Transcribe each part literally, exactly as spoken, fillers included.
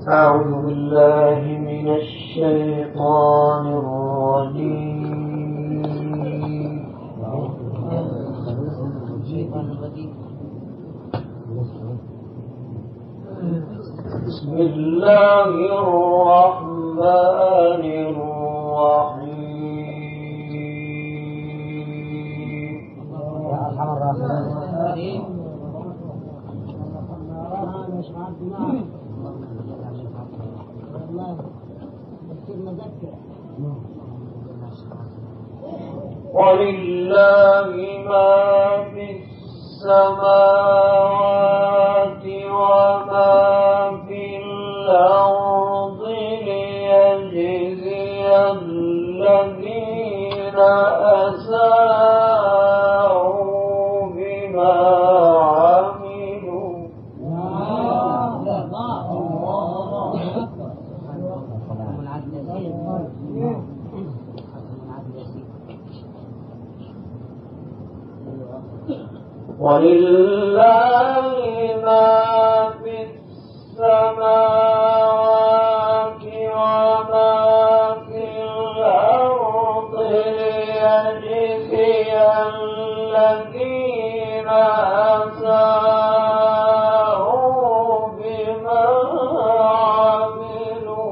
أعوذ بالله من الشيطان الرجيم. بسم الله الرحمن الرحيم. يا أرحم الراحمين. ولله ما في السماوات وما في الأرض ليجزي الذين أساءوا بما عملوا ولله ما في السماوات وما في الأرض ليجزي الذين أساءوا بما عملوا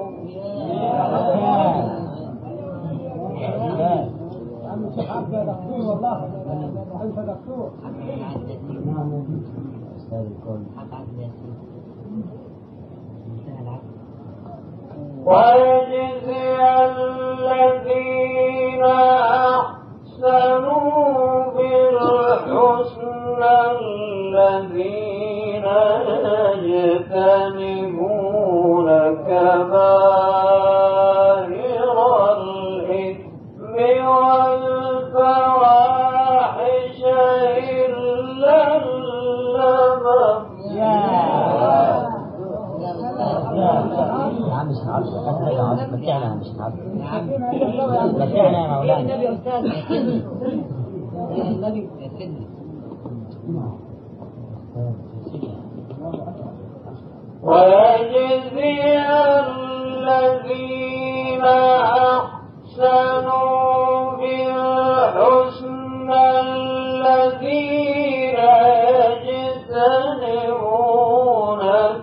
ويجزي الذين أحسنوا بالحسنى الذين يجتنبون كبائر الإثم والفواحش إلا اللمم. مش عارف متعنا مش عارف متعنا يا مولانا النبي أستاذ النبي سيدنا ويجزي الذين أحسنوا بالحسنى الذين يجتنبون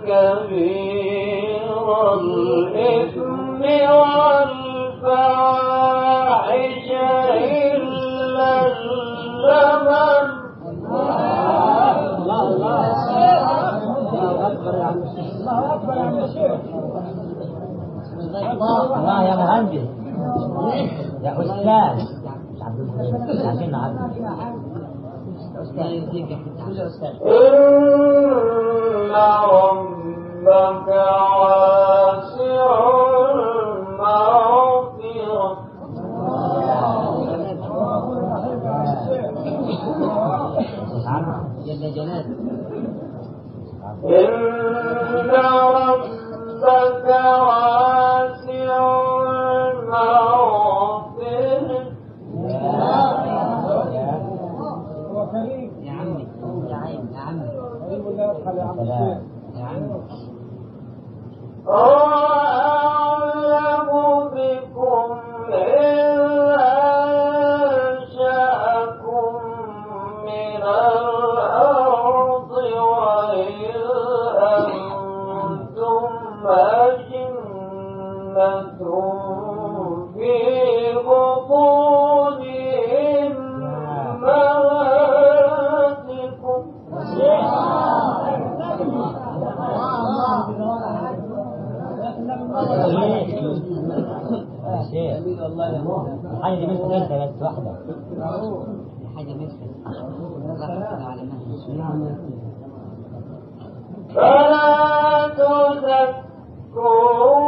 كبير الإثم والفواحش إلا اللمم. الله أكبر يا عم الشيخ. الله أكبر يا عم الشيخ. الله يا مهندس يا أستاذ مش عبد الحليم عشان نعرف أستاذ إن ربك واسع المغفرة جل جلاله. إن ربك واسع المغفرة يا عمي يا عين يا عمي يا عمي أعلم بكم إذ أنشأكم من الأرض وإذ أنتم أجنة في بطون أمهاتكم. الحاجة دي مثل انت بس واحدة الحاجة مثل فلا تزكوا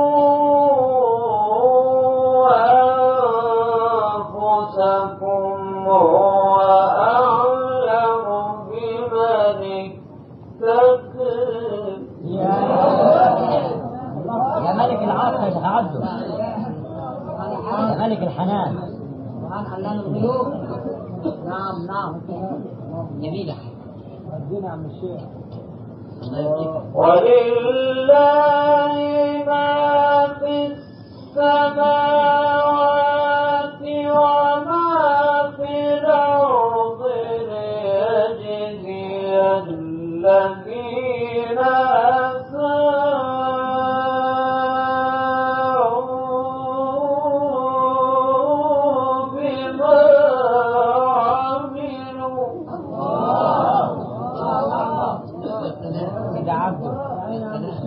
أنفسكم هو أعلم بمن اتقى. يا ملك العرش مش هعده يا ملك الحنان حنان الغيوب. نعم نعم جميلة. ادينا عم الشيخ. ولله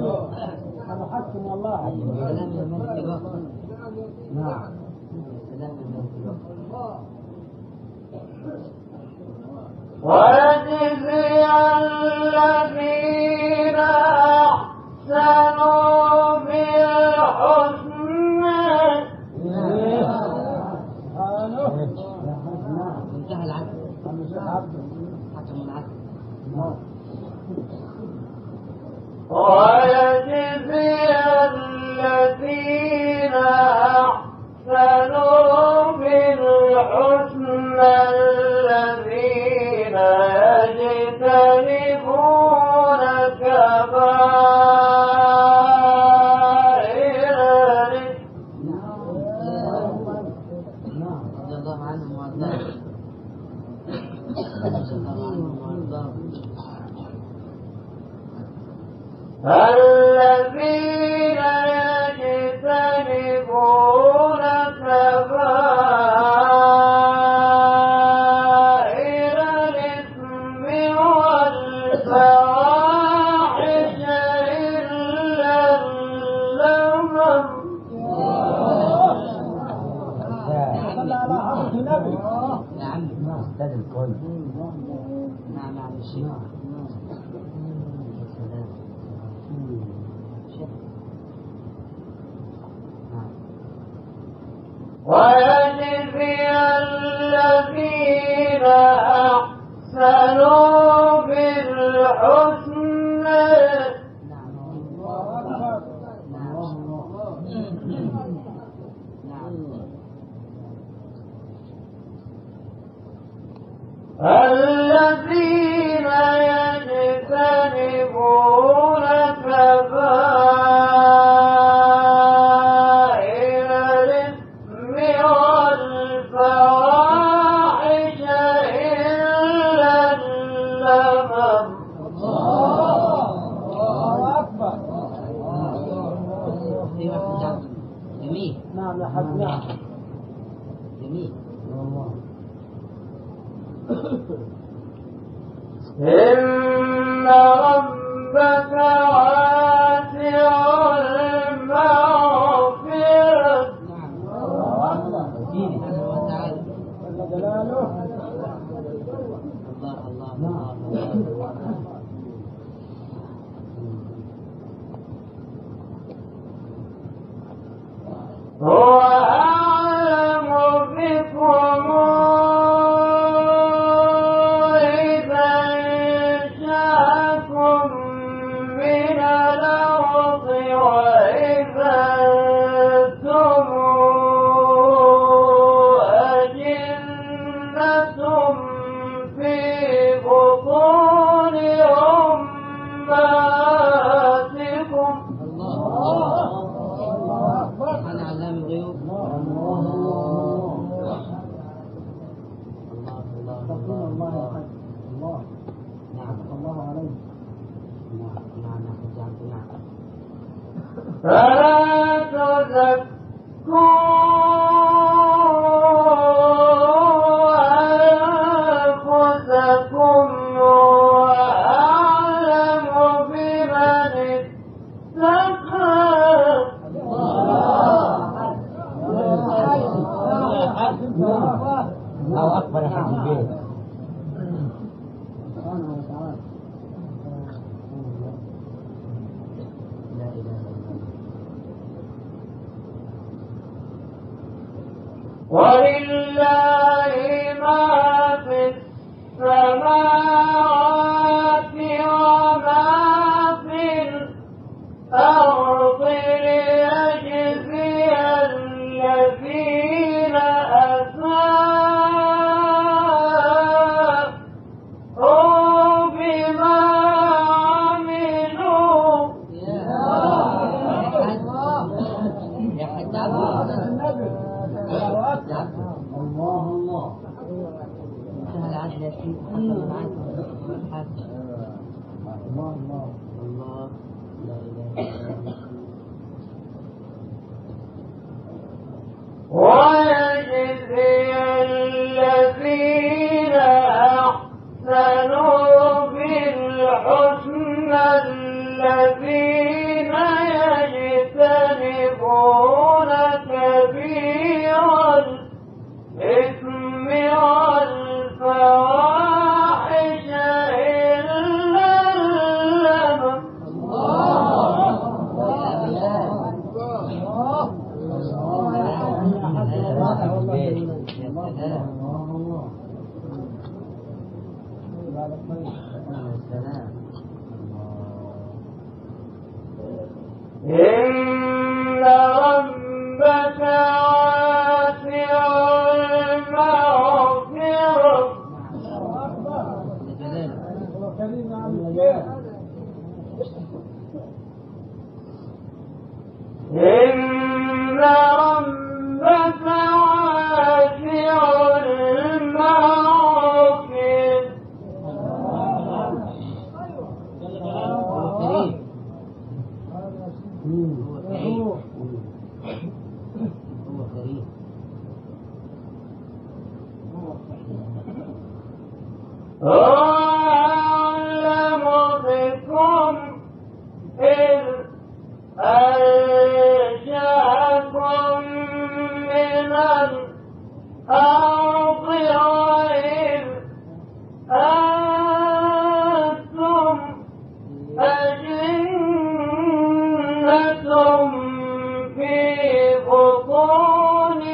حسن والله. سلام الملك الوقت. نعم. سلام الملك الوقت. ويجزي الذين أحسنوا بالحسنى. انتهى العدل. حكم العدل. ويجزي الذين أحسنوا بالحسنى الذين يجتنبون كبائر الإثم. رضي الله عنهم وارضاهم. رضي الله عنهم وارضاهم. الذين يجتنبون كبائر الإثم والفواحش إلا اللمم. يا عمي. أستاذ الكل. نعم نعم الشيخ. ويجزي الذين أحسنوا بالحسنى. الذين يجتنبون كبائر الإثم والفواحش إلا اللمم. الله أكبر. جميل. نعم يا حاج. نعم. جميل. إن ربك واسع المغفرة. سبحانه وتعالى. جلاله. الله الله الله الله. هو أعلم بكم إذا أنشأكم من الأرض وإذا أنتم أجنة في بطون أمهاتكم. أنا علام الغيوب. الله الله الله الله. نعم. الله عليه. نعم نعم نعم نعم. فلا تزكوا أنفسكم وأعلم بمن اتقى. الله أكبر يا حاج البيت. لا إله إلا الله. ولله ما في السماوات وما في الأرض ليجزي الذين أساءوا بما عملوا. يا حاج عبد الله الله. انتهى العدل يا سيدي. حصل العدل. الحاج. الله الله. الله لا إله إلا الله. ويجزي الذين أحسنوا بالحسنى الذين إن ربك واسع المغفرة إن ربك واسع المغفرة هو أعلم بكم إذ أنشأكم من الأرض وإذ أنتم أجنة في بطون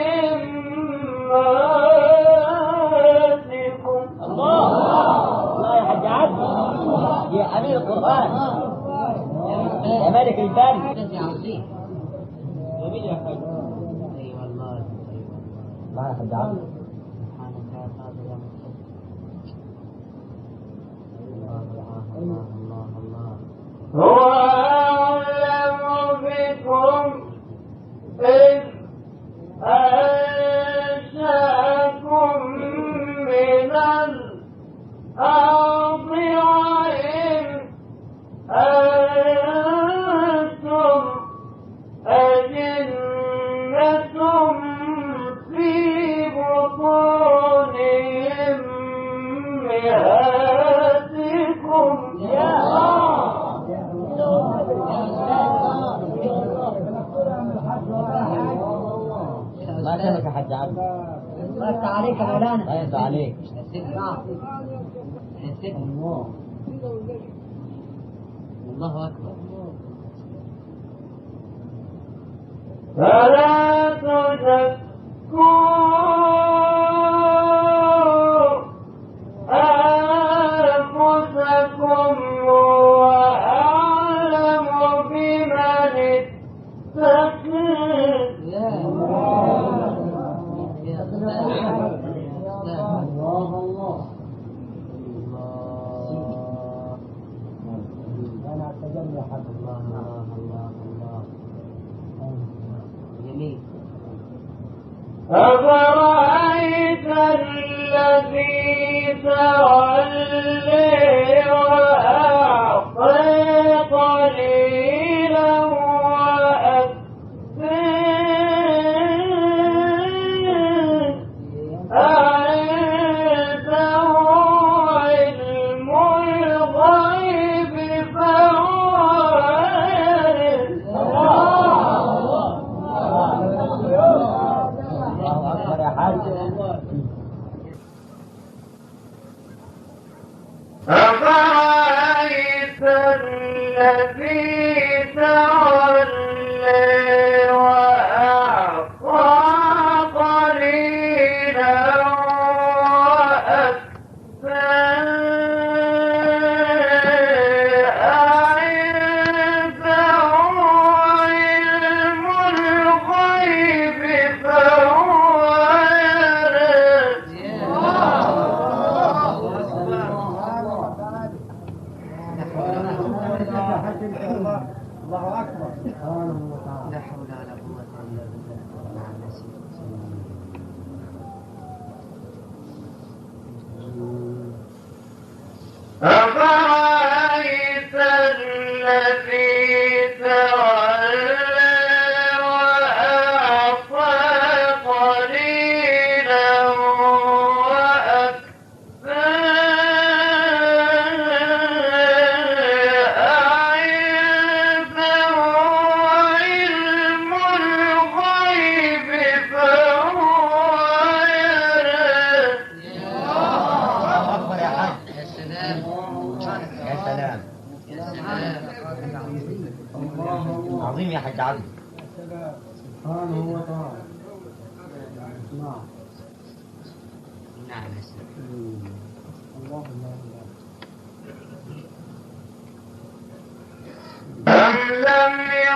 أمهاتكم. الله الله يا حاج عبد يا أمير القرآن يا مالك البال. جميل يا حاج. اي والله ما يا حاج عبد. سبحانك يا قادر يا مقتدر. الله الله الله. هو أعلم بكم إذ أنشأكم من الأرض وإذ أنتم أجنة في بطون أمهاتكم. يا ما كانك يا حاج عبد. الله يفتح عليك يا مولانا. الله يفتح عليك. الله الله أكبر. فلا تزكوا أنفسكم هو أعلم بمن اتقى. الله الله. أنا أتجمع يا حبيبي. الله الله الله الله. جميل. أفرأيت الذي تولي وأعطي قليلا وأكثر أعنده علم الغيب فهو الله أكبر يا حاج. أفرأيت الذي تولي وأعطى قليلا وأكثر أعنده علم الغيب فهو يرى. الله أكبر. سبحانه وتعالى. لا حول ولا قوة إلا بالله. أفرأيت الذي تولى وأعطى قليلا وأكثر أعنده علم الغيب فهو يرى. الله أكبر يا حاج. يا سلام يا سلام يا سلام. عظيم يا حاج عبد. سبحانه وتعالى. نعم. نعم يا سلام. الله الله الله. أم لم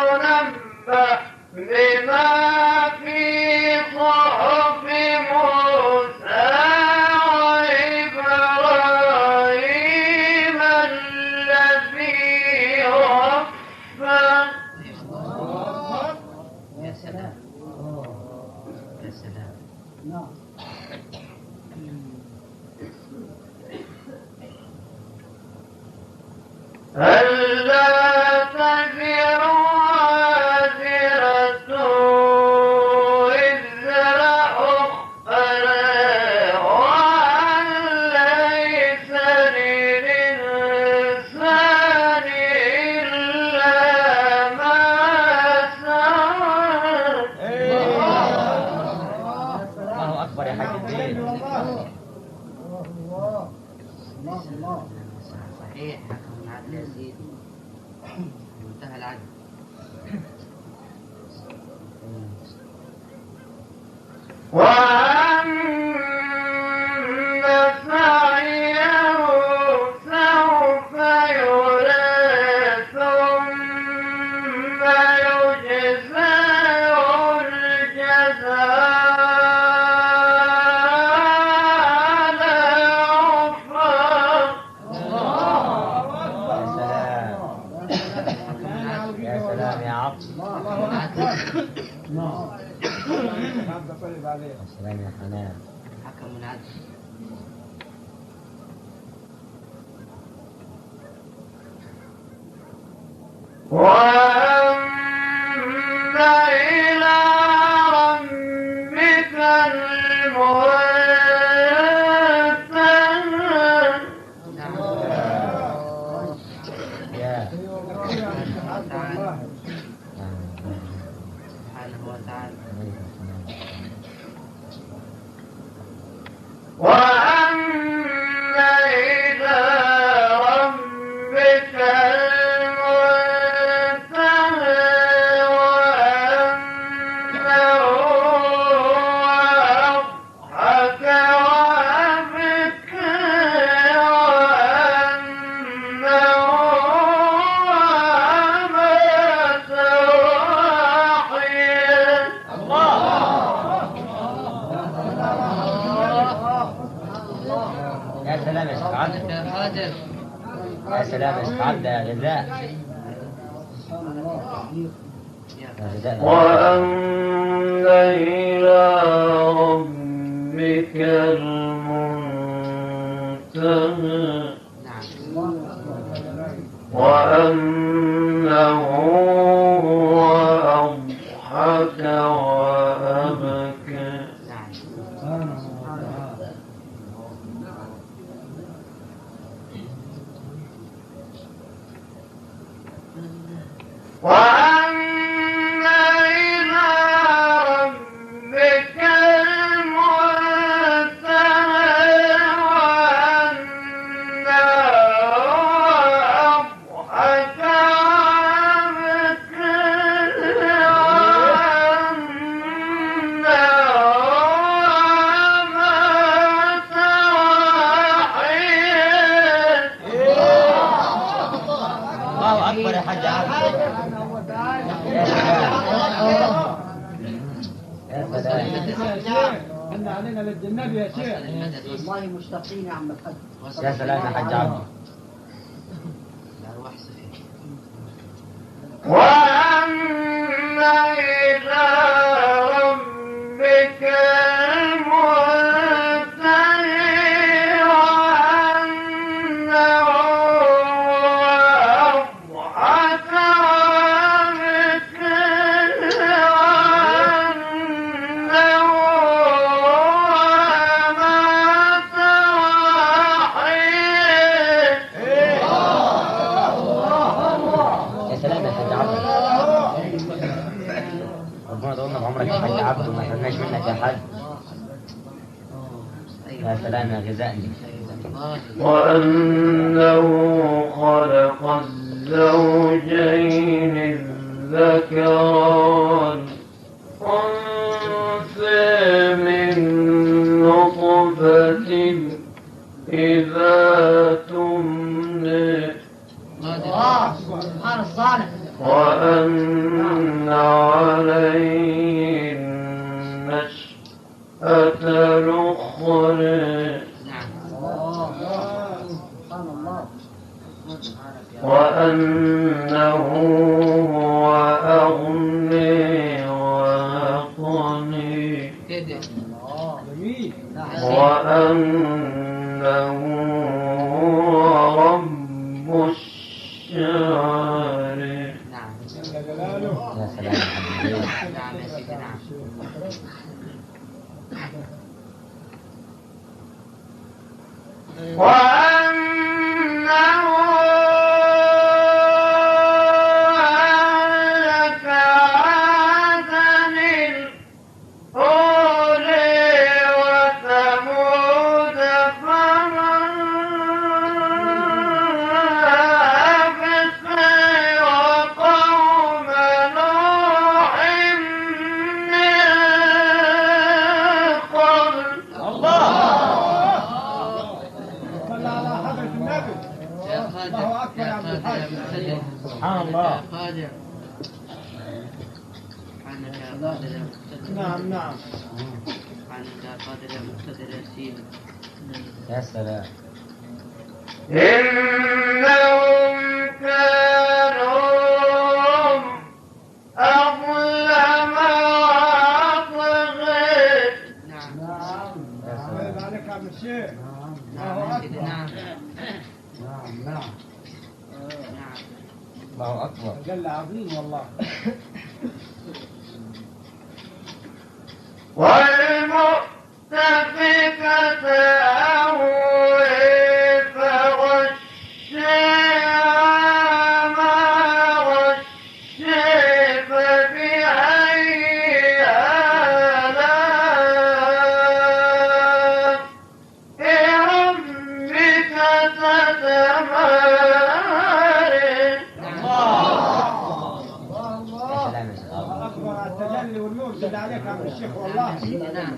بما في صحف موسى وإبراهيم الذي وفى. يا سلام يا سلام. نعم. ألا تزر وازرة وزر أخرى وأن ليس للإنسان إلا ما سعى. الله أكبر يا حاج الدين. الله الله الله. صحيح حكم العدل يا سيدي، منتهى العدل. وأن سعيه سوف يرى ثم يجزاه الجزاء الأوفى. يا سلام يا عبد. الله أكبر. نعم. هذا طيب عليه. يا سلام يا حنان. حكم العدل. وأن إلى ربك المنتهى. يا الله. سبحانه وتعالى. وأن إلى ربك المنتهى وأنه أضحك وأبكى وأنه أمات وأحيا. يا سلام يا شيخ عبد. يا سلام يا شيخ عبد. يا غذاء يا غذاء. وأن إلى ربك المنتهى وأنه هو أضحك وأبكى. وأن إلى ربك المنتهى وأنه أضحك وأبكى وأنه أمات وأحيا. الله أكبر يا حاج عبد. يا سلام يا سلام. عنا علينا للجناب يا شيخ. والله مشتاقين يا عم الحاج. يا سلام يا حاج عبد. وأن إلى ربك المنتهى وأنه أضحك وأبكى وأنه أمات وأحيا. يا سلام يا حاج عبد. ربنا يطولنا بعمرك يا حاج عبد وما يحرمناش منك يا حاج. يا سلام يا غذائي. وأنه خلق الزوجين الذكر والأنثى من نطفة إذا تمنى الله سبحان الصالح. وأن عليه جل جلاله. يا سلام يا حبيبي. نعم يا سيدي نعم. وأنه أهلك عادا الأولي وثمود فمن أبصر وقوم نوح من قبل. صلى على حضرة النبي. يا قادر الله أكبر يا يا عبد قادر الحاج. يا مقتدر. سبحان الله. يا قادر. سبحانك يا قادر يا مقتدر. نعم نعم. سبحانك يا قادر يا مقتدر يا سيدي. يا سلام. إنهم كانوا أظلم وأطغى. نعم نعم. يا عيب سلام. عليك يا عم الشيخ. نعم يا سيدي نعم. نعم نعم. نعم. الله أكبر. جل عظيم والله. والمؤتفكة أهوي فغشاها ما غشي فبأي آلاء ربك تتمارى. يا سلام يا سلام. الله أكبر على التجلي والنور جل عليك يا عم الشيخ والله. يا سيدي نعم.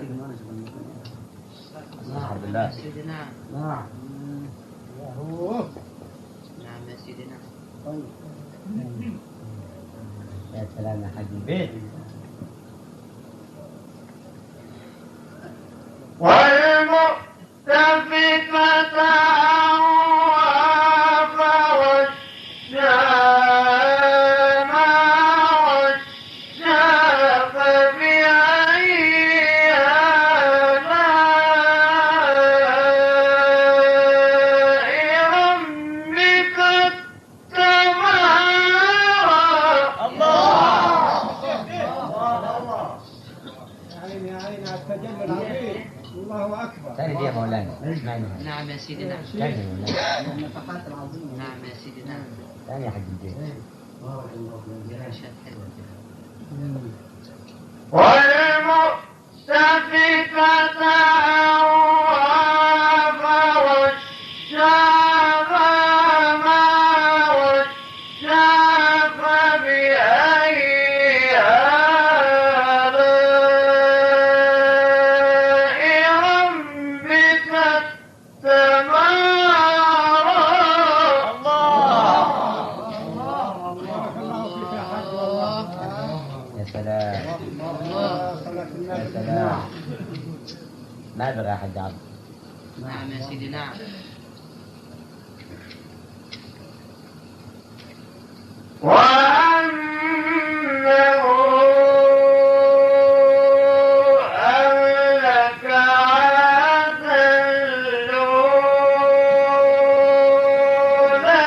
الحمد يا لله. سيدي نعم. نعم. أوه. نعم يا سيدي نعم. يا سلام يا حبيبي. والمؤتفكة أهوى فغشاها ما غشا فبأي آلاء ربك تتمارى. يا عيني يا عيني على التجلي العظيم. الله أكبر. ثاني دي يا مولانا. اسمعني. نعم يا سيدي نعم. ثاني يا مولانا. النفحات العظيمة. نعم يا سيدي نعم. ثاني يا حبيبي. مشهد حلو. والمؤتفكة أهوى فغشاها ما غشا فبأي آلاء ربك تتمارى. بارك الله فيك يا حاج والله. يا سلام. الله صلاة يا النبي. سلام. ما بغى يا حاج عبد. نعم يا سيدي نعم. وأنه أهلك عادا الأولى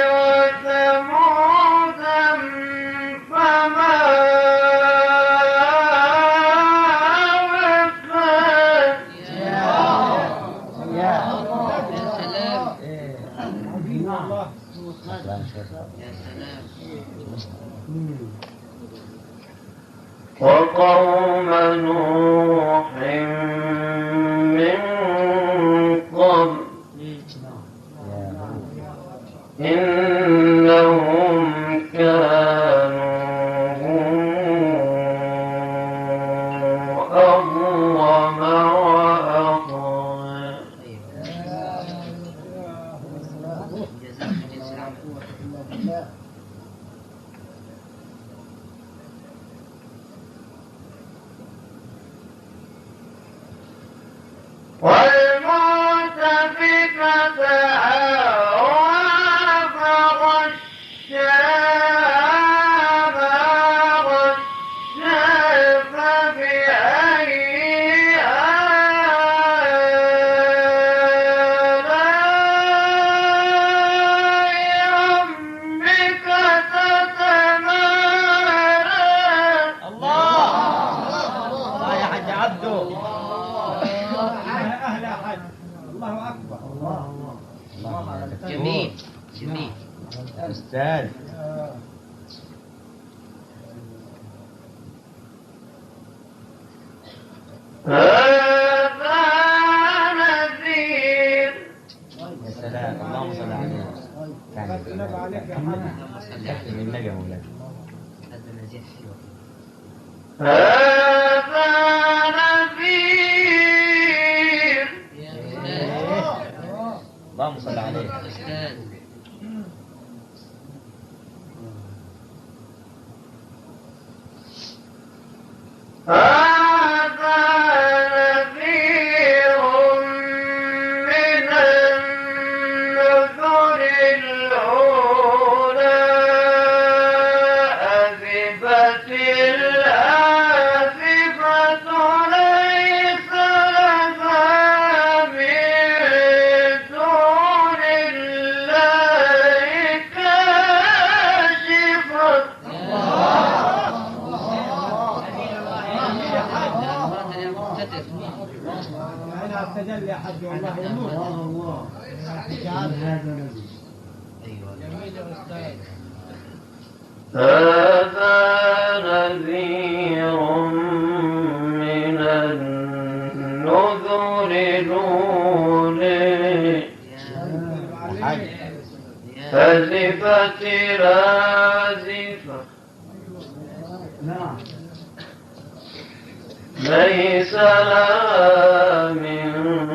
وثمودا فما أبقى. يا يا سلام. عظيم والله. سلام شيخ. يا سلام. وقوم نوح من قبل يا إنهم كانوا أظلم وأطغى. جزاك من جنس العمل. أستاذ. هذا نذير. يا سلام، اللهم صل عليه. بس النبي عليك يا حاج. اكتب النبي يا مولانا. هذا نذير. اللهم صل عليه. هذا نذير من النذر الأولى أذبت الآزفة ليس لها من دون الله كاشفة. يعني على التجلي يا حج والله يموت. هذا نذير من النذر الأولى أزفت الآزفة ليس لها من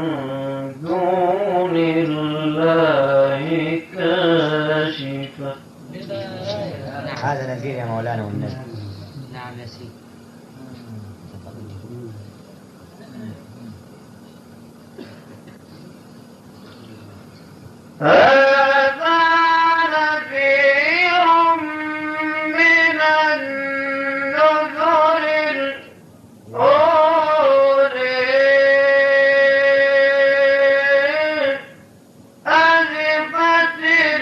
دون الله كاشفة. هذا نذير يا مولانا والنبي. نعم يا سيدي. هذا نذير من النذر الأولى أزفت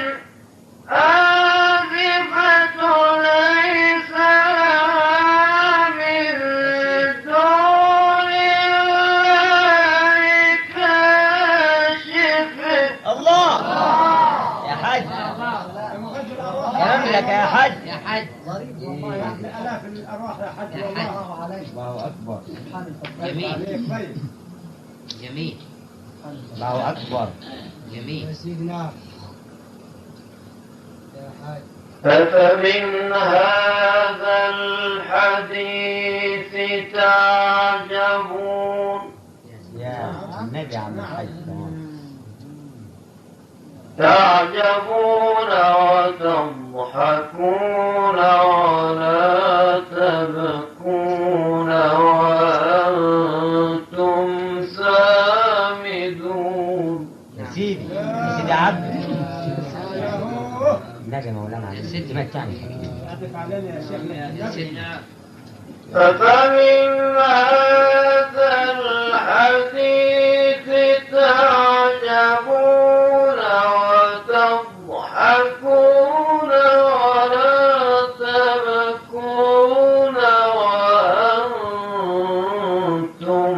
الآزفة ليس لها من دون الله كاشفة. الله يا حج. كلام لك يا حج. يا حج. آلاف الأرواح يا حج والله. الله أكبر. جميل عليك طيب. جميل الله أكبر. جميل. أفمن هذا الحديث تعجبون. يا النبي عم الحج. تعجبون وتضحكون ولا تبكون وأنتم سامدون. يا سيدي يا سيدي عبد النبي مولانا عليه. تمتعني. أضف علينا يا شيخنا. يا سيدنا. أفمن هذا الحديث تعجبون وتضحكون ولا تبكون وأنتم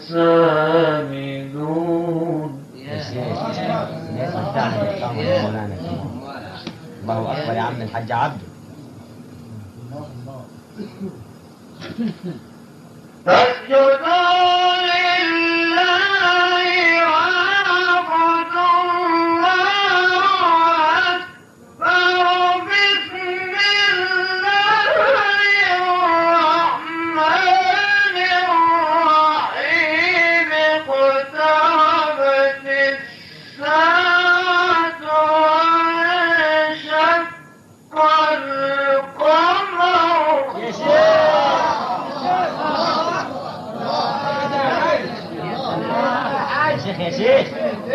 سامدون. يا سيدي تمتعني يا مولانا. الله أكبر يا عم الحج عبده. فاسجدوا لله واعبدوا الله أكبر. بسم الله الرحمن الرحيم. اقتربت الساعة وانشق القمر. يا شيخ يا شيخ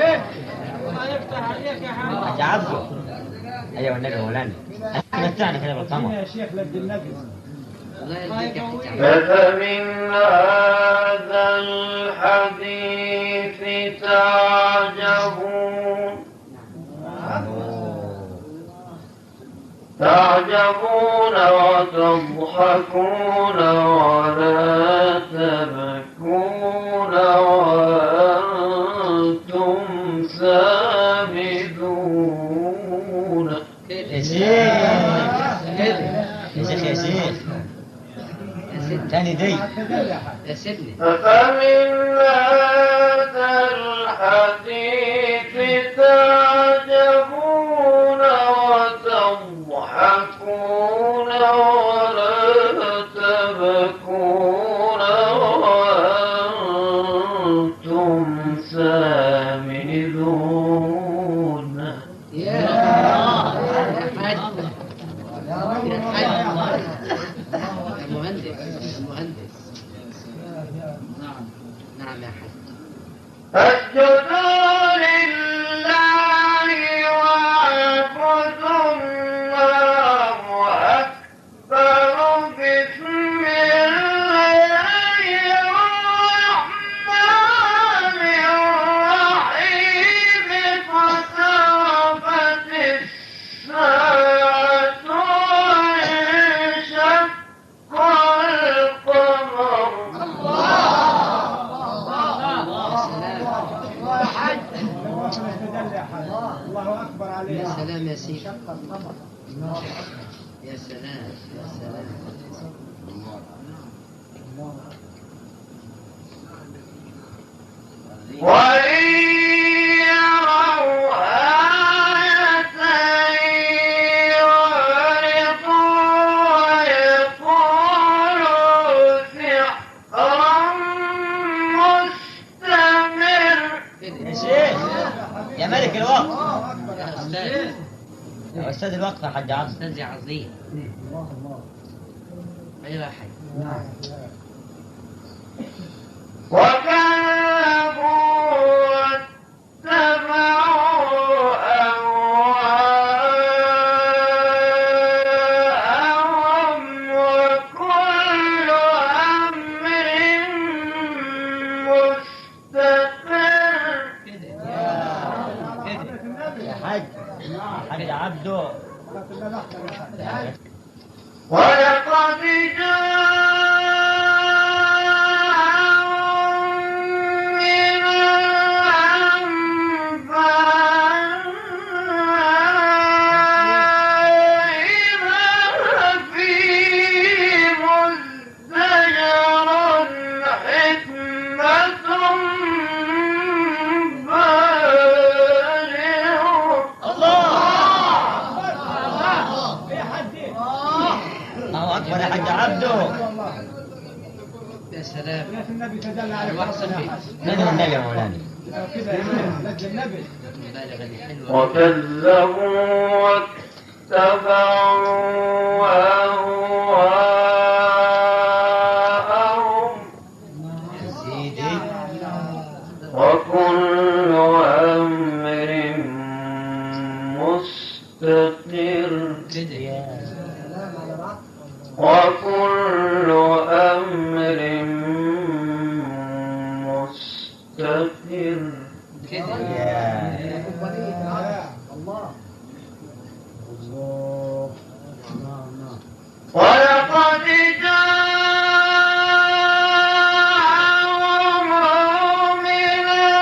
حاج عبده. ايوه النبي مولانا. تمتعنا كده بالقمر. يا شيخ لد النبي. الله يرضيك يا حج عبد. أفمن هذا الحديث تعجبون. تعجبون وتضحكون ولا تبكون وأنتم سامدون. يا شيخ يا سيدنا تاني دي. يا سيدنا أفمن هذا الحديث تعجبون وتضحكون ولا تبكون وأنتم سامدون. يا حاج يا حاج يا مهندس يا مهندس نعم يا حاج. اسجدوا لله واعبدوا الله أكبر بسم الله الرحمن الرحيم اقتربت الساعة وانشق القمر. الله أكبر عليك. يا سلام يا سيدي. يا سلام يا سلام. وإن يروا آية يعرضوا ويقولوا سحر مستمر. يا شيخ يا ملك الوقت. يا أستاذ يا أستاذ الوقت يا حاج عبد. أستاذ عظيم. أيوة يا حاج. وكذبوا واتبعوا أهواءهم وكل أمر مستقر. يا حاج حاج عبده. ولقد جاءهم من الأنباء ما فيه مزدجر حكمة الله أكبر يا حاج عبده. يا سلام. النبي تجلى على الوحصة فيه. من النبي يا مولانا؟ كده يا نجم النبي. مبالغة دي حلوة. وكذبوا واتبعوا أهواءهم يا سيدي. وكل أمر مستقر. وكل أمر مستقر. كده. الله. ولقد جاءهم من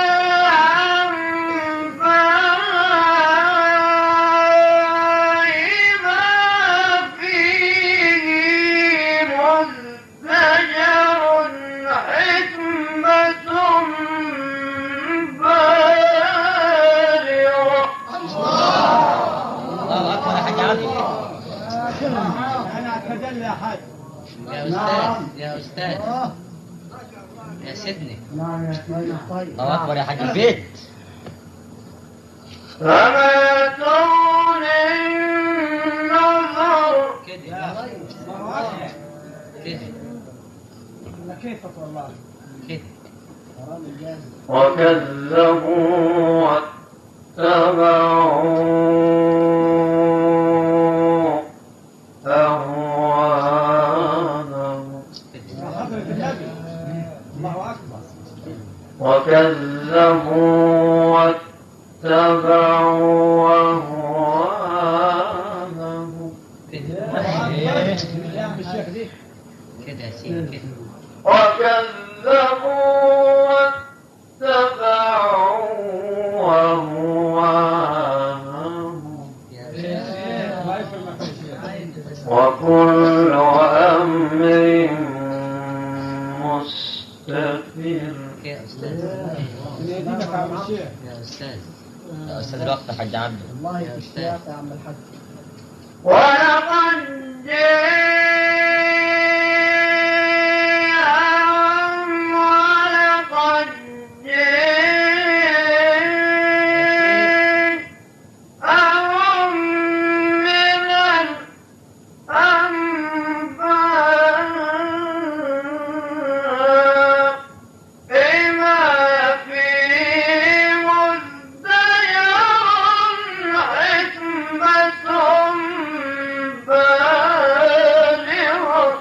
الأنباء ما فيه مزدجر حكمة بالغة. الله أكبر يا حاج عبده. أنا تجلى يا حاج. يا أستاذ يا أستاذ يا سيدني. الله أكبر يا حاج البيت. فما تغني النظر. كده الله أكبر. كده على كيفك والله. كده. وكذبوا واتبعوا أهواءهم يا حضرة النبي. الله أكبر. وكذبوا واتبعوا أهواءهم كده إيه. يا عم الشيخ دي. كده يا سيدي. كده وكذبوا واتبعوا أهواءهم يا الله يسلمك يا شيخ. وكل من يدينك يا عم الشيخ. يا أستاذ. يا أستاذ الوقت حاج عبده. والله في الشيخ يا عم الحاج. ولقد جاءهم ولقد جاءهم من الأنباء بما فيه مزدجر حكمة بالغة.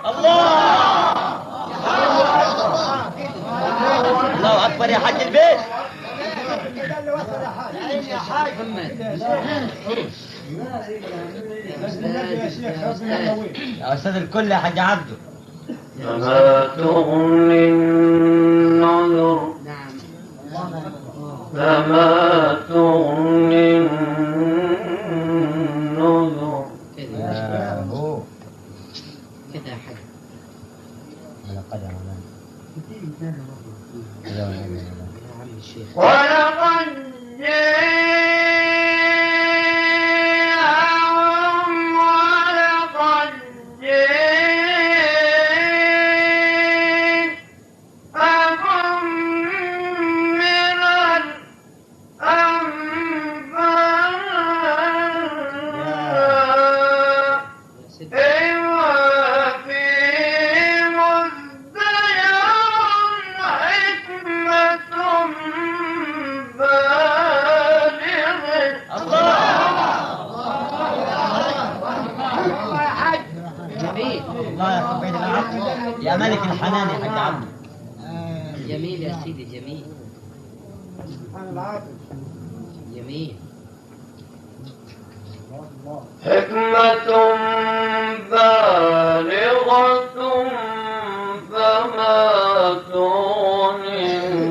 الله أكبر يا حاج البيت. محمد. يا شيخ ربنا يقويك. يا أستاذ الكل يا حاج عبده. فما تغني النذر نعم. فما تغني النذر. كده يا هو. كده يا حاج. ولقد عملنا. يا عم الشيخ. ولقد جاءهم ولقد جاءهم من الأنباء يا سيدي. بما فيه مزدجر حكمة بالغة. جميل. الله يا حبيبي العبد. يا ملك الحنان يا حاج عبده. جميل يا سيدي جميل. سبحان العاطف. جميل. حكمة بالغة فما تغني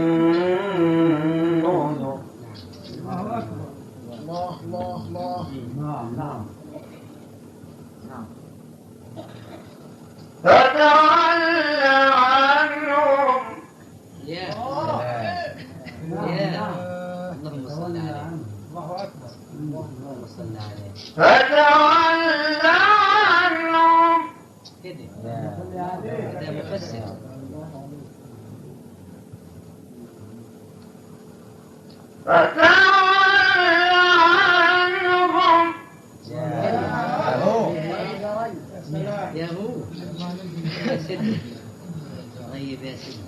النذر. الله أكبر. الله الله الله. نعم نعم. فتول عنهم يا يا اللهم صل عليه. الله أكبر. اللهم صل عليه. فتول عنهم كده. يا كده مفسر. فتول عنهم يا هو. يا هو. يا سيدي. طيب يا سيدي.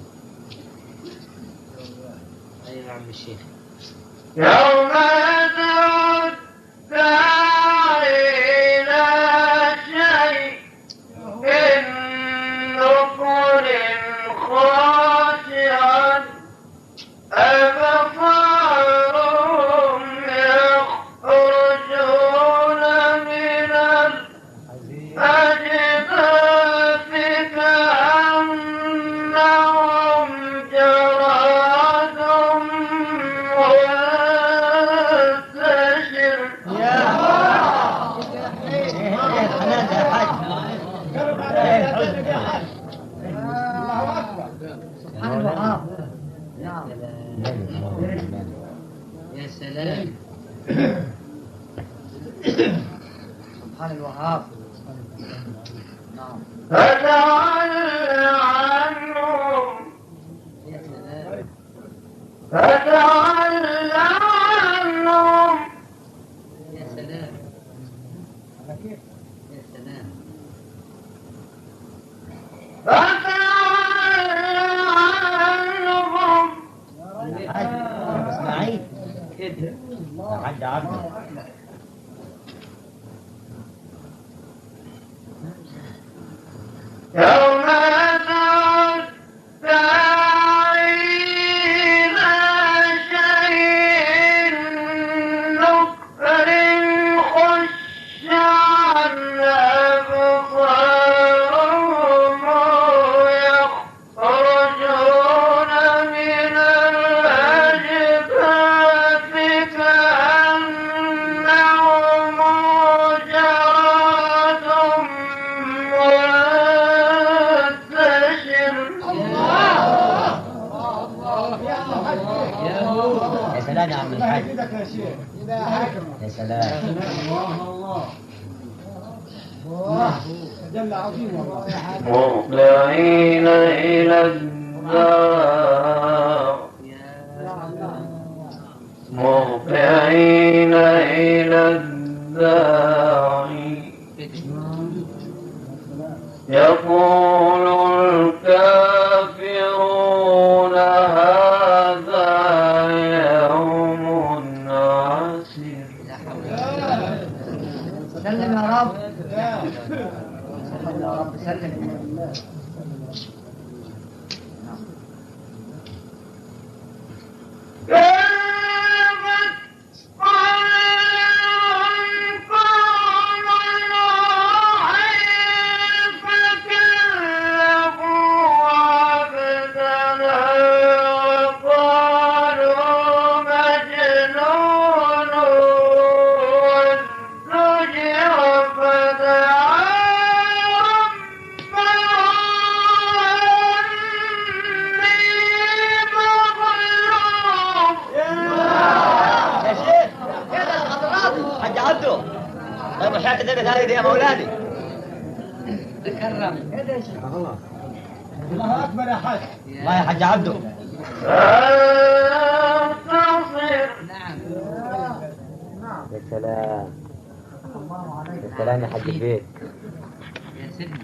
طيب يا عم الشيخ. يوم يدعو الداعي إلى شيء نكر خاشعا أبصارهم يخرجون من الأجداث كأنهم جراد منتشر. يا ايه الحنان ده يا حاج. قرب على الحزن يا حاج. الله أكبر. سبحان الوهاب. نعم. يا سلام. سبحان الوهاب. نعم. فتول عنهم يا سلام. فتول عنهم يا سلام. يا سلام. فتول عنهم حاج اسماعيل كده. يا حاج عبده. يوم يدعو الداعي إلى شيء نكر خشعا أبصارهم يخرجون من الأجداث كأنهم جراد منتشر. ثاني يا عم الله الحاج. يزيدك يا شيخ. يا سلام. الله الله الله جل عظيم والله. مهطعين إلى الداع مهطعين إلى الداعي يقول الكافرون هذا يوم عسير. سلم يا رب. يا سلم يا رب سلم. يا شيخ حاج عبده طيب وحياة النبي هذه يا مولاني. تكرم. ايه ده يا شيخ؟ الله اكبر يا حاج. الله يا حاج عبده. فانتصر نعم. يا سلام. يا سلام يا حاج البيت. يا سيدنا.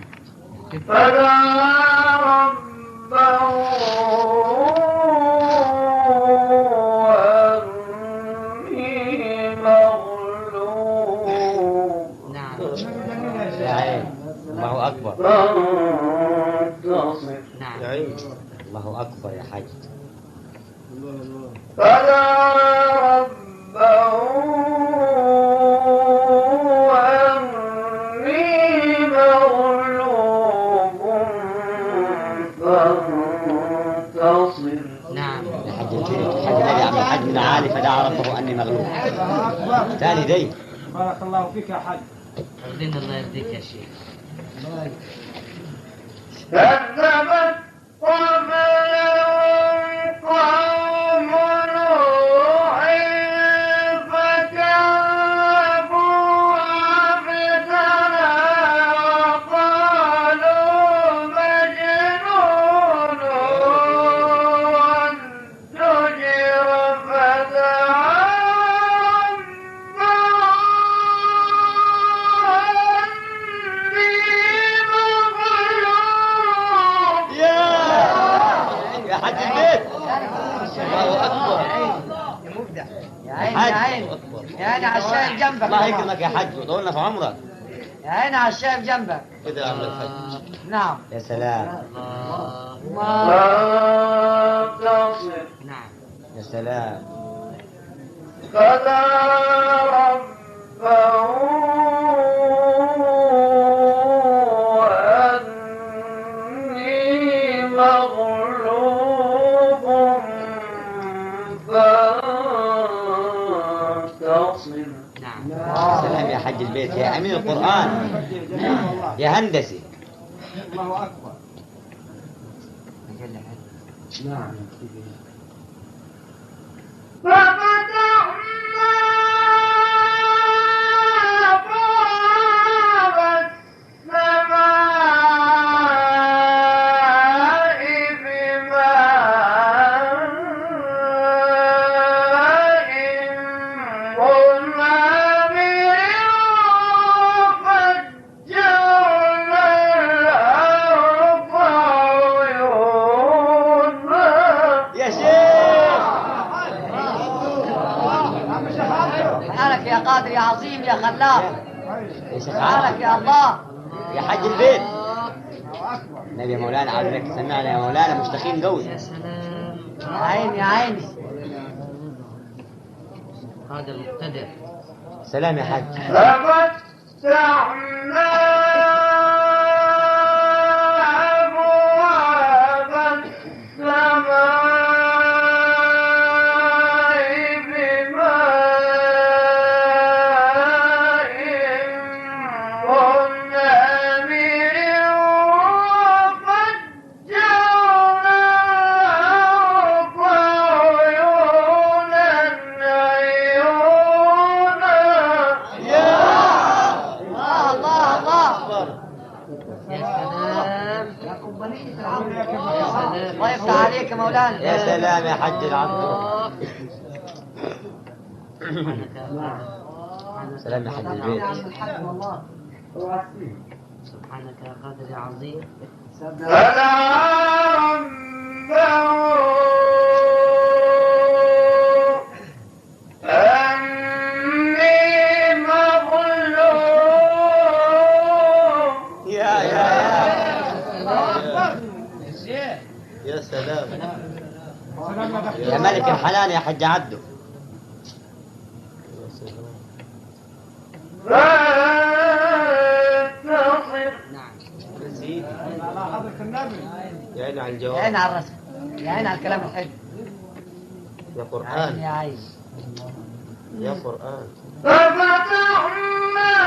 فدعا ربه أني مغلوب نعم. يا عين. الله أكبر. فانتصر نعم. الله أكبر يا حاج. فدعا ربه أني مغلوب فانتصر. نعم. يا حاج البيت. حاج النبي عم الحاج من عالي فدعا ربه أني مغلوب. الله اكبر. ثاني دي. بارك الله فيك يا حاج. ربنا الله يرضيك يا شيخ. كذبت قبلهم قوم نوح فكذبوا عبدنا وقالوا مجنون وازدجر فدعا يا حاج البيت. الله أكبر. يا مبدع. يا عيني حاج. يا عيني. يا عيني على الشايب جنبك. الله يكرمك يا حاج وطولنا في عمرك. يا عيني على الشايب جنبك. كده يا عم الحاج. نعم. يا سلام. الله. فانتصر نعم. يا سلام. فدعا ربه أني مغلوب فانتصر. نعم. سلام يا حاج البيت يا أمين القرآن والله. يا هندسي. الله اكبر. نعم. ففتحنا أبواب السماء بماء منهمر وفجرنا الأرض عيونا. يا شيخ. سبحانك يا قادر يا عظيم يا خلاق. يا شيخ سبحانك عارف يا الله. يا حاج البيت. الله اكبر. نبي يا مولانا عاوزك سمعنا يا مولانا مشتاقين قوي. يا سلام. يا عيني يا عيني. هذا المقتدر. سلام يا حاج. ففتحنا أبواب السماء بماء منهمر وفجرنا الأرض عيونا الله يفتح عليك يا مولانا. يا سلام يا حج العبد. سلام يا حج البيت. سبحانك يا قادر يا عظيم. سلام أني مظلوم. يا يا يا يا سلام يا ملك الحنان يا حج عبده. فانتصر. نعم. على حضرة النبي. يا عيني على يا عين الجواب. على الرسم، يا عين على الكلام الحلو. يا عين قرآن يا عين. يا قرآن. ففتحنا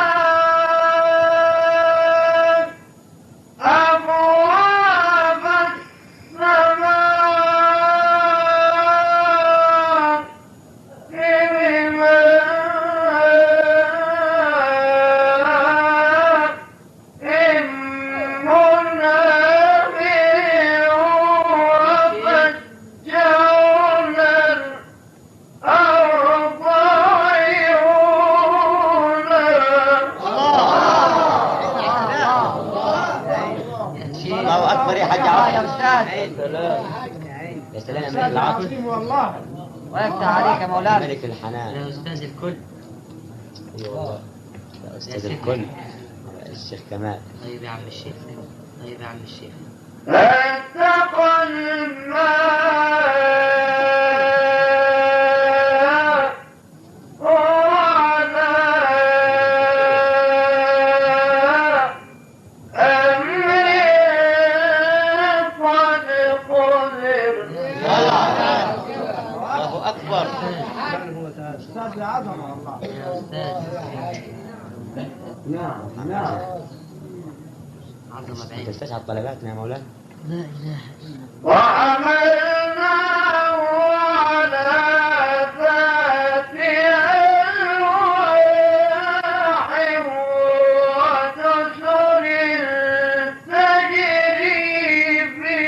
أبواب السماء بماء منهمر وفجرنا الأرض عيونا. الله أكبر يا حج يا عبده. أستاذ. يا سلام يا ملك العاطف. والله. ويفتح عليك يا مولانا. ملك الحنان. يا أستاذ الكل. اي والله يا أستاذ الكل الشيخ كمال. طيب يا عم الشيخ. طيب يا عم الشيخ. فاتقى الماء وعلى أمر قد قدر. الله أكبر. أستاذ العظمة والله. يا أستاذ. عظمة أنت بعيد. تستشعر طلباتنا يا مولانا. لا إله إلا وحملناه على ذات ألواح ودسر تجري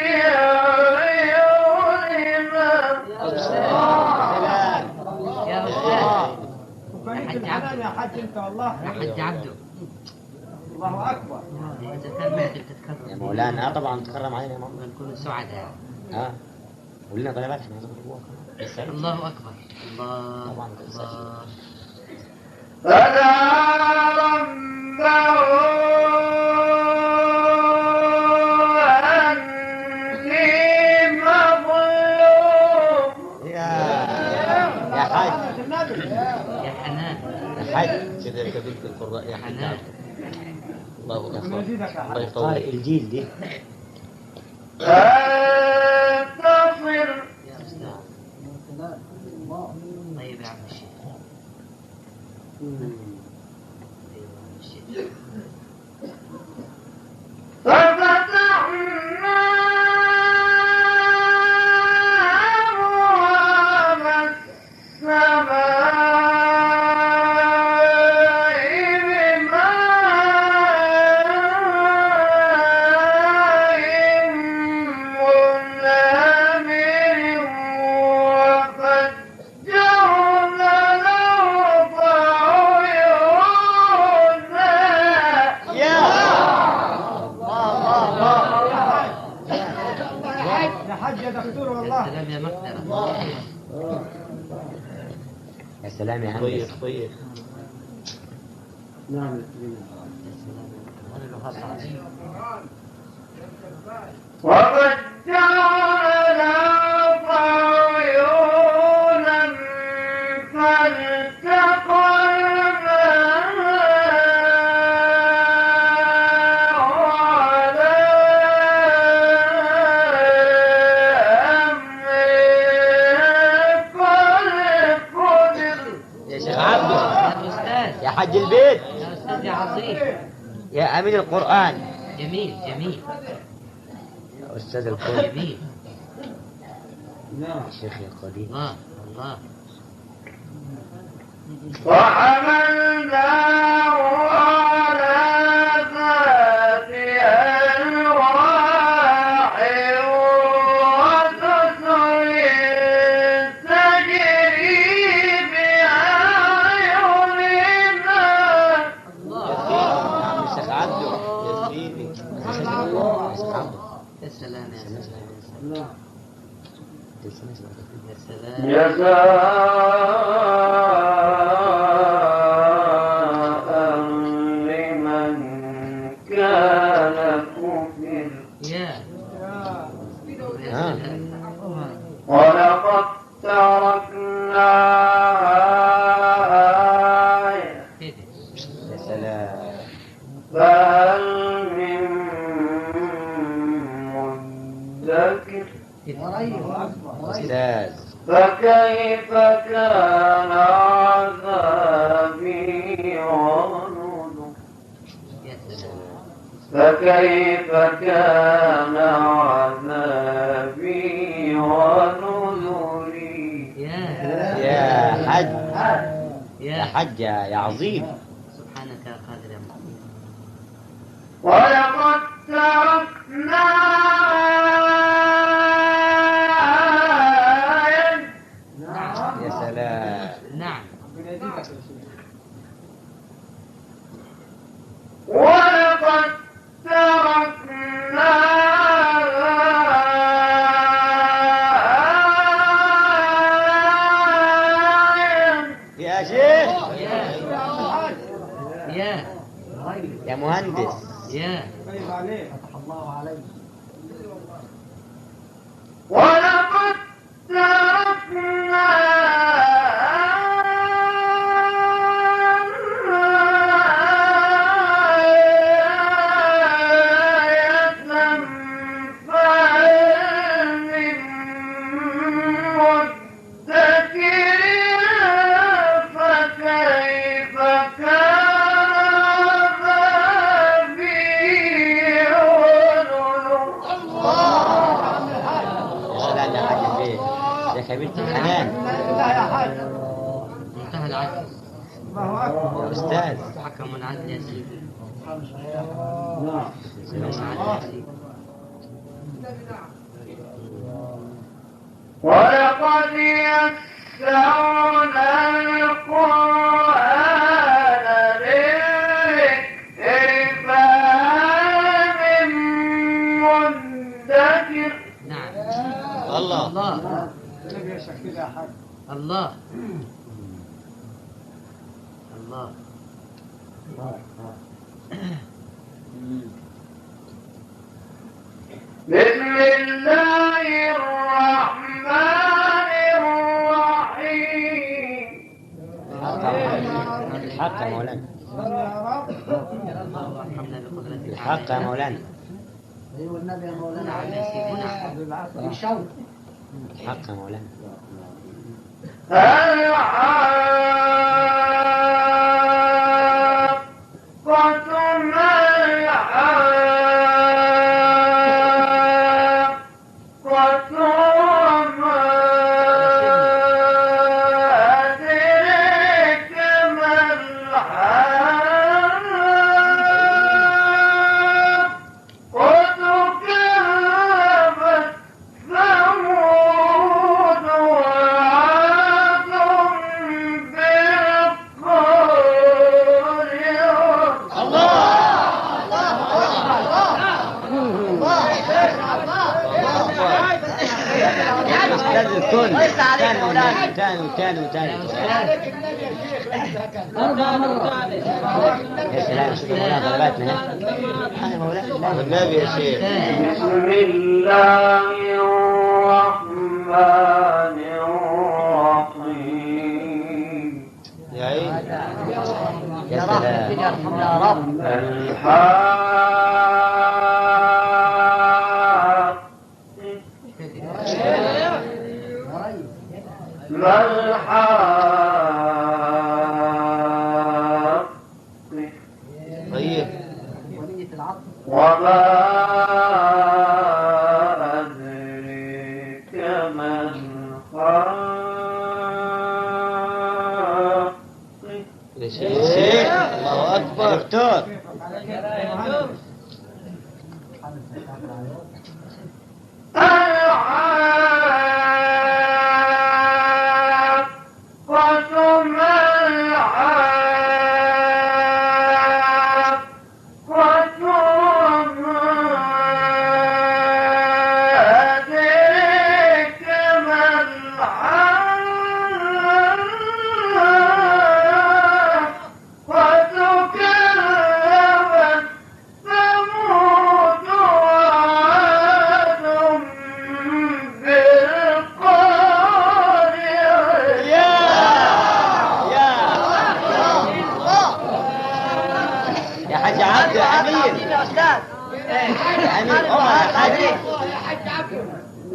بأعيننا. سلام. يا أستاذ. وكانت الحنان يا حج أنت والله. يا حج عبده. الله أكبر. إذا كان ما تتكرر. يا مولانا آه طبعا تكرم علينا يا مولانا. نكون سعداء. ها ولنا طلبات احنا نظبط الوقت. الله أكبر. الله. طبعاً. الله. فلا ربه أني مظلوم. يا يا حاج يا حنان. يا حاج كذا كبيرة القراء يا حاج عبده. الله أكبر. الله يطول الجيل دي. فانتصر. يا أستاذ. طيب يا عم الشيخ. طيب يا عم الشيخ. ففتحنا أبواب السماء سلام يا مقدرة. يا سلام يا هندسة. طيب طيب. نعم. وفجرنا عيونا فالتقى الماء على أمر قد قدر. يا شيخ عبده. يا أستاذ. يا حج البيت. يا أستاذ يا عظيم. يا أمين القرآن. جميل جميل. يا أستاذ الكل. جميل. يا شيخ يا قدير. الله الله. وحملناه على ذات ألواح يا سلام يا سلام يا سلام جزاء لمن كان كفر يا ولقد تركنا آية يا سلام. فهل من مدكر أستاذ. فكيف كان عذابي ونذر فكيف كان عذابي ونذري يا حج يا حج يا عظيم. سبحانك يا قادر يا مقيم. ولقد تركنا آية يا سلام. نعم ولقد تركنا آية يا شيخ يا يا مهندس. يا طيب عليك. ولقد تركنا آية فهل من مدكر فكيف كان عذابي ونذر يا سلام يا حاج البيت يا كبيرة الحنان منتهى العدل. الله أكبر. يا أستاذ. حكم العدل يا سيدي. يا سلام. العدل يا سيدي. ولقد يسرنا القرآن للذكر فهل من مدكر نعم الله. الله النبي يا شيخ كده يا حاج. الله الله بسم الله الرحمن الرحيم الحق يا مولانا. اللهم ارحمنا بقدرتك. الحق يا مولانا. نعم يا سيدي نعم. الحق يا مولانا. الحاقة ما الحاقة وما أدريك ما الحاقة كذبت ثمود وعاد بالقارعة. أستاذ الكل. ويسع عليك مولانا. تاني وتاني وتاني وتاني. يا سلام. شوف مولانا غلباتنا هنا. أنا مولانا النبي يا شيخ. بسم الله الرحمن الرحيم يا عين. يا يا رب سلام. يرحمنا يا رب. الحاقة ما الحاقة طيب. وما أدريك ما الحاقة يا شيخ. الله أكبر. دكتور. الحاقة ما الحاقة وما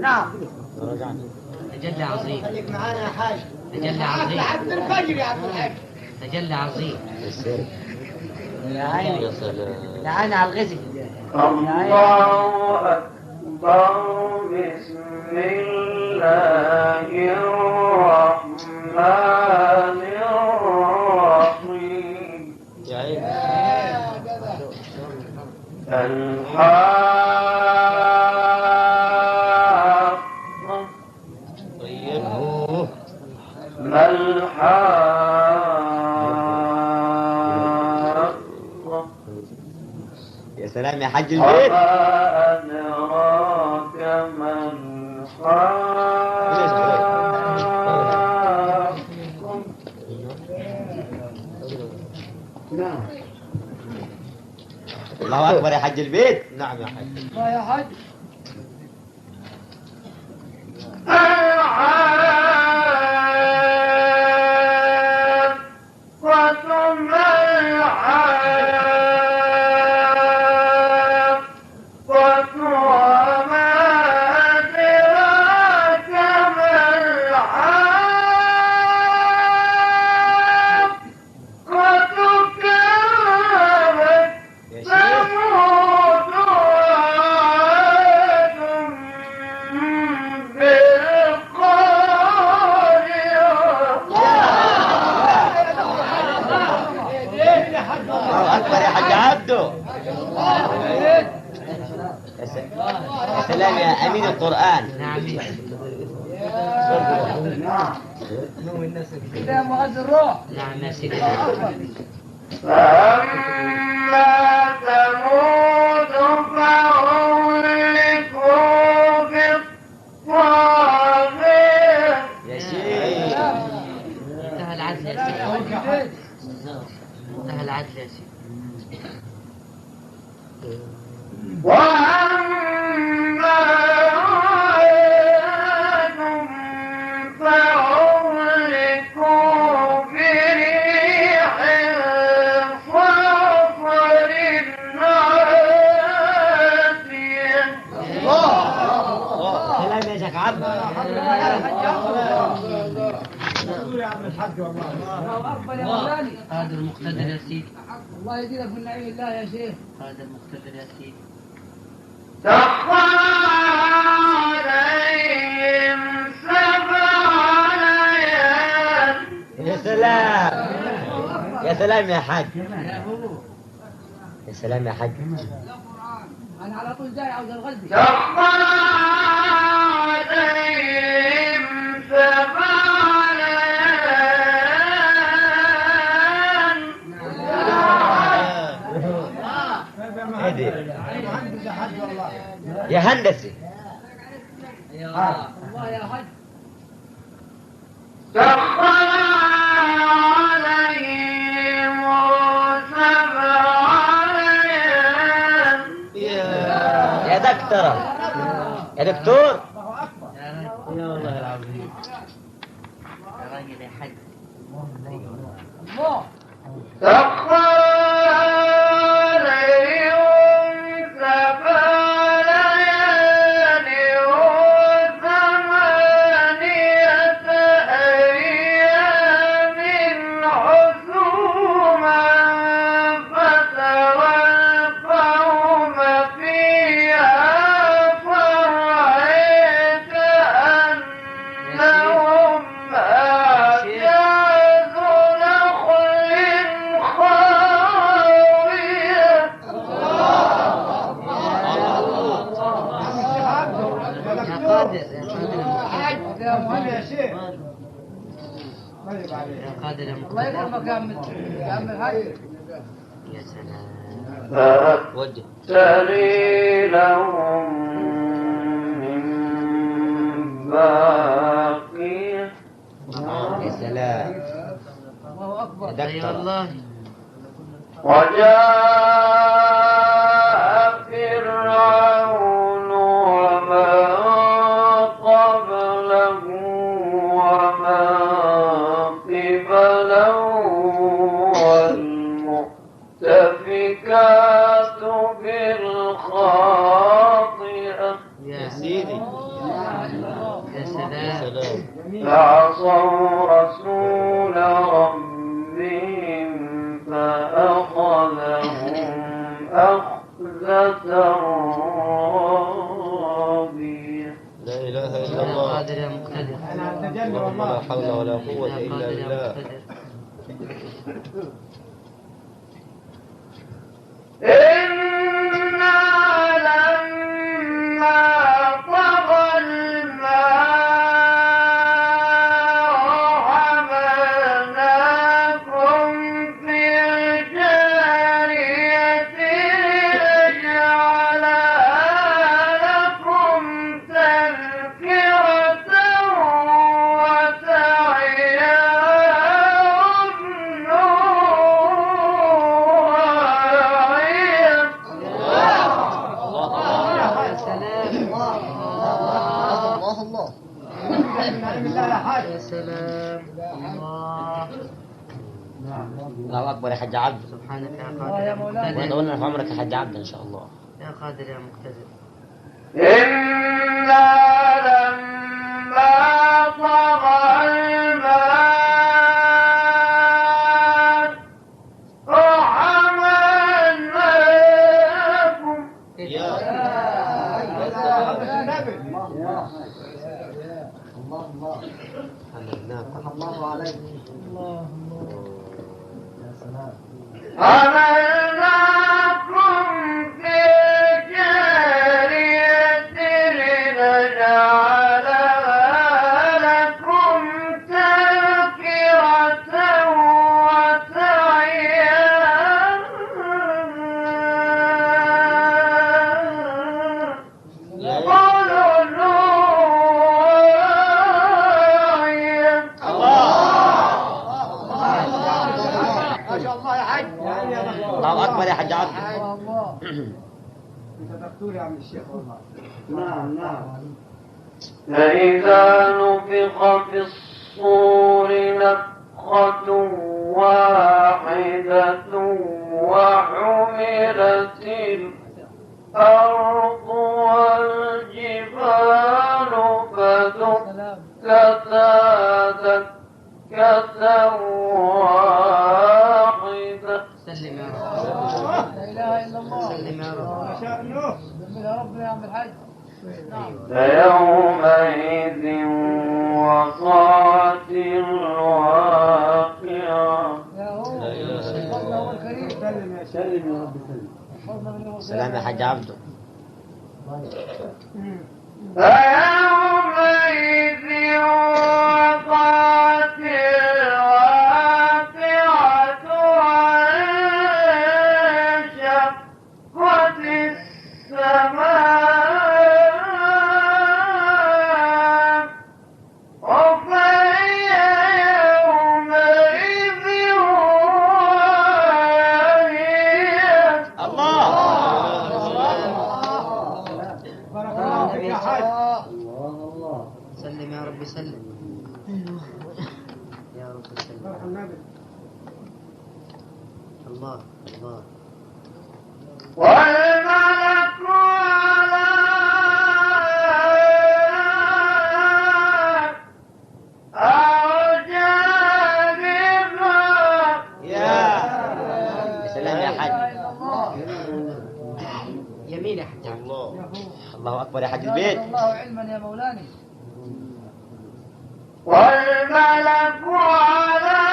نعم. تجلى عظيم. خليك معانا يا حاج. تجلى عظيم. لحد الفجر يا عبد الحاج. تجلى عظيم. يا عيني يا عيني على الغزي. الله أكبر. بسم الله الرحمن الرحيم. الحاقة. ما الحاقة. يا سلام يا حاج البيت. وما أدراك ما الحاقة. نعم. الله أكبر يا حاج البيت. نعم يا حاج. الله يا حاج. الله أكبر يا حاج عبده. يا سلام يا أمين القرآن. نعم. كده مؤذن الروح. نعم يا سيدي. فأما ثمود فأهلكوا بالطاغية. يا شيخ. انتهى العدل يا سيدي. انتهى العدل يا سيدي. وأما عاد فأهلكوا بريح صرصر عاتية. سلام يا شيخ عبده. يا عم الحاج والله. الله أكبر يا مولانا. قادر مقتدر يا سيدي. الله يزيدك من نعيم الله يا شيخ. قادر مقتدر يا سيدي. سخر عليهم سبع ليال. يا سلام. يا سلام يا حاج. يا سلام يا حاج. أنا على طول جاي عاوز الغزي. سخر عليهم سبع هدي. مهندس يا حاج والله. يا هندسي. الله يا حاج. سخر عليهم سبع ليال. يا دكتورة. يا دكتور. يا والله العظيم. يا راجل يا حاج. الله. سخر عليهم سبع ليال وثمانية أيام حسوما فترى القوم فيها صرعى كأنهم أعجاز نخل خاوية. يا قادر يا قادر يا مهندس يا شيخ. طيب عليك. يا قادر يا الله مقتدر. يكرمك يا عم يا عم الحاج. يا سلام. وجه. فأتري لهم من باقية. يا سلام. الله أكبر. يا اي دكتورة. والله. وجاء فرعون ومن قبله ومن قبله والمؤتفكات بالخاطئة. يا سيدي. يا سلام. فعصوا رسول ربهم فأخذهم أخذة رابية. لا إله إلا يا الله. قادر يا مقتدر. أنا أتجلى اللهم لا والله. حول ولا قوة يا إلا قادر يا بالله. مقتدر. إنا لما طغى الماء حملناكم في الجارية لنجعلها لكم تذكرة وتعيها أذن واعية. يا سلام. يا سلام. الله. الله أكبر يا حاج عبد. سبحانك يا قادر يا مقتدر. ويطولنا في عمرك يا حاج عبد إن شاء الله. يا قادر يا مقتدر. إنا لما طغى الماء وحملناكم. يا حملناكم في الجارية لنجعلها لكم تذكرة وتعيها أذن واعية. الله أكبر يا حاج عبد. أنت دكتور يا عم الشيخ والله. فإذا نفخ في الصور نفخة واحدة وحملت الأرض والجبال فدكتا دكة واحدة. سلم يا رب. لا اله الا الله. سلم يا رب. ما شاء الله. يا رب يا عم الحاج. فيومئذ وقعت الواقعة. يا هو لا إله إلا الله هو الكريم. سلم يا سلم يا رب سلم. احفظنا من يوم سلام يا حاج عبده. فيومئذ وقعت الواقعة وانشقت السماء وفهي يومئذ واهية. الله. بارك الله فيك يا حاج. سلم يا رب سلم. يا رب سلم. بارك النبي. الله الله. والملك على أعجابها. يا سلام يا حاج. يمين يا حجاج. الله. الله أكبر يا حاج البيت. الله علما يا مولانا. والملك على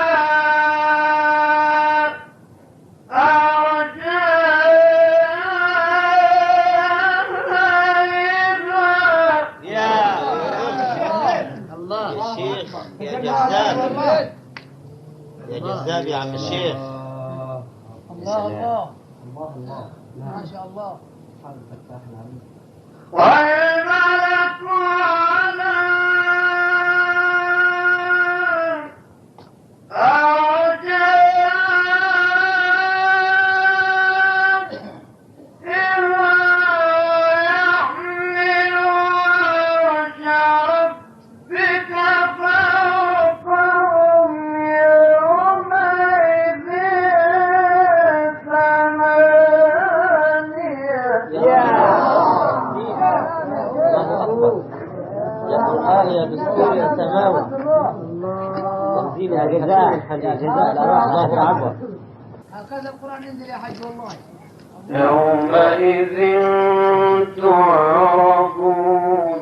أعجابها. يا الله. يا شيخ يا جذاب يا جذاب يا عم الشيخ. الله الله. ما شاء الله. والملك على أكبر. يا قرآن يا دستور يا سماوي. تنزيل يا جزاء جزاء الله أكبر. هكذا القرآن ينزل يا حج والله. يومئذ تعرضون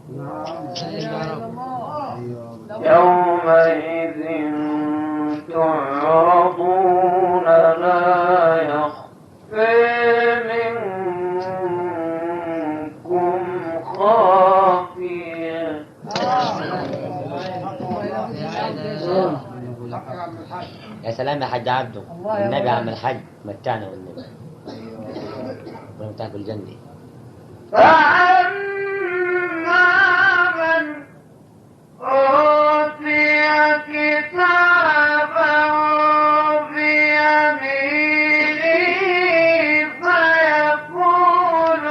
يومئذ تعرضون لا يخفى منكم خافية. يا سلام يا حاج عبده النبي عم الحج متعنا والنبي ونمتعنا بالجنة. فأما من أوتي كتابه بيمينه فيقول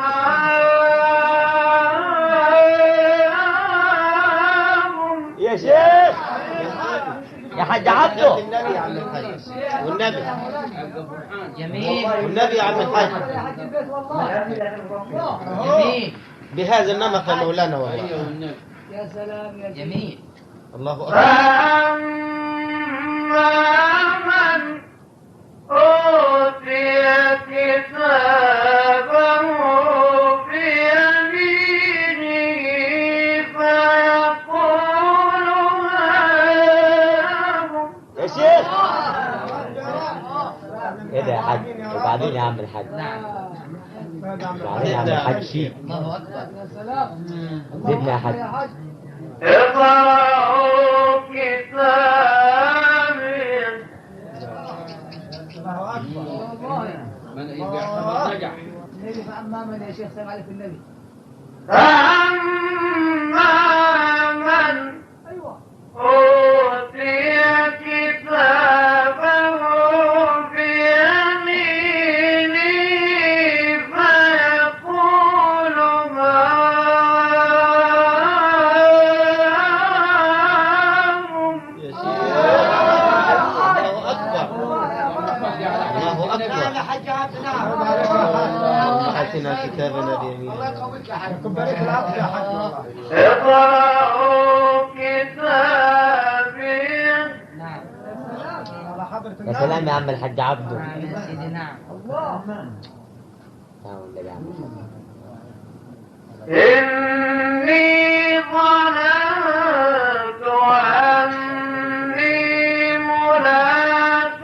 هاؤم يا شيخ يا حاج عبده النبي يا عم الحاج والنبي جميل والنبي يا عم الحاج جميل بهذا النمط يا مولانا والله. يا سلام يا جميل الله أكبر. فأما من أوتي كتابه بيمينه فيقول هاؤم يا شيخ ايه ده يا حاج وبعدين يا عم الحاج وبعدين يا عم الحاج شيء الله أكبر يا سلام. زدنا يا حاج. اقرأوا كتابي الله أكبر. النبي فأما من يا شيخ سلام عليك النبي. فأما من أيوة. أوتي كتابه بيمينه فيقول هاؤم يا شيخ الله أكبر. الله أكبر. اللهم آتنا كتابنا بيميننا. كبريت العبد يا حج والله. اقرأوا كتابي نعم على حضرة يا النبي. سلام يا عم الحاج عبده. نعم يا سيدي نعم نعم والنبي يا عم الحاج. إني ظننت أني ملاق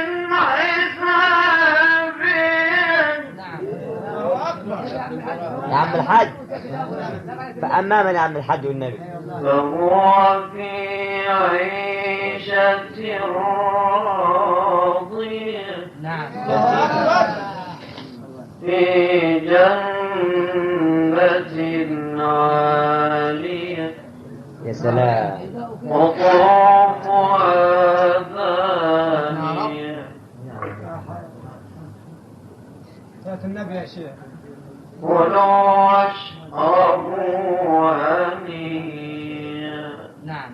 حسابي نعم الله أكبر. يا عم الحاج فأما من يا عم الحاج والنبي فهو في عيشة راضية نعم في جنة عالية يا سلام قطوفها دانية صلاة النبي يا شيخ. كلوا واشربوا هنيئا نعم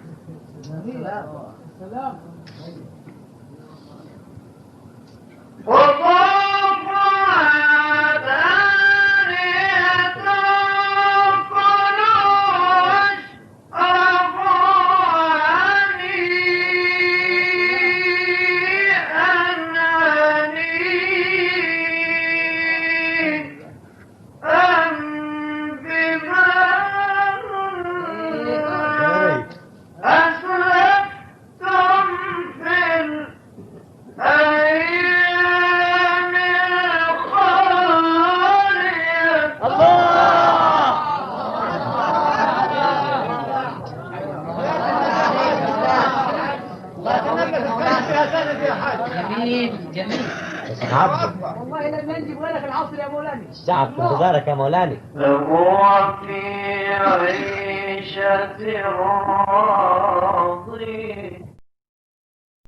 سلام. قطوفها دانية كلوا واشربوا هنيئا هنيئا بما أسلفتم في الأيام الخالية. جميل جميل يا شيخ عبده والله لما نجيب لك العصر يا مولانا. الشعب في انتظارك يا مولانا. فهو في عيشة راضية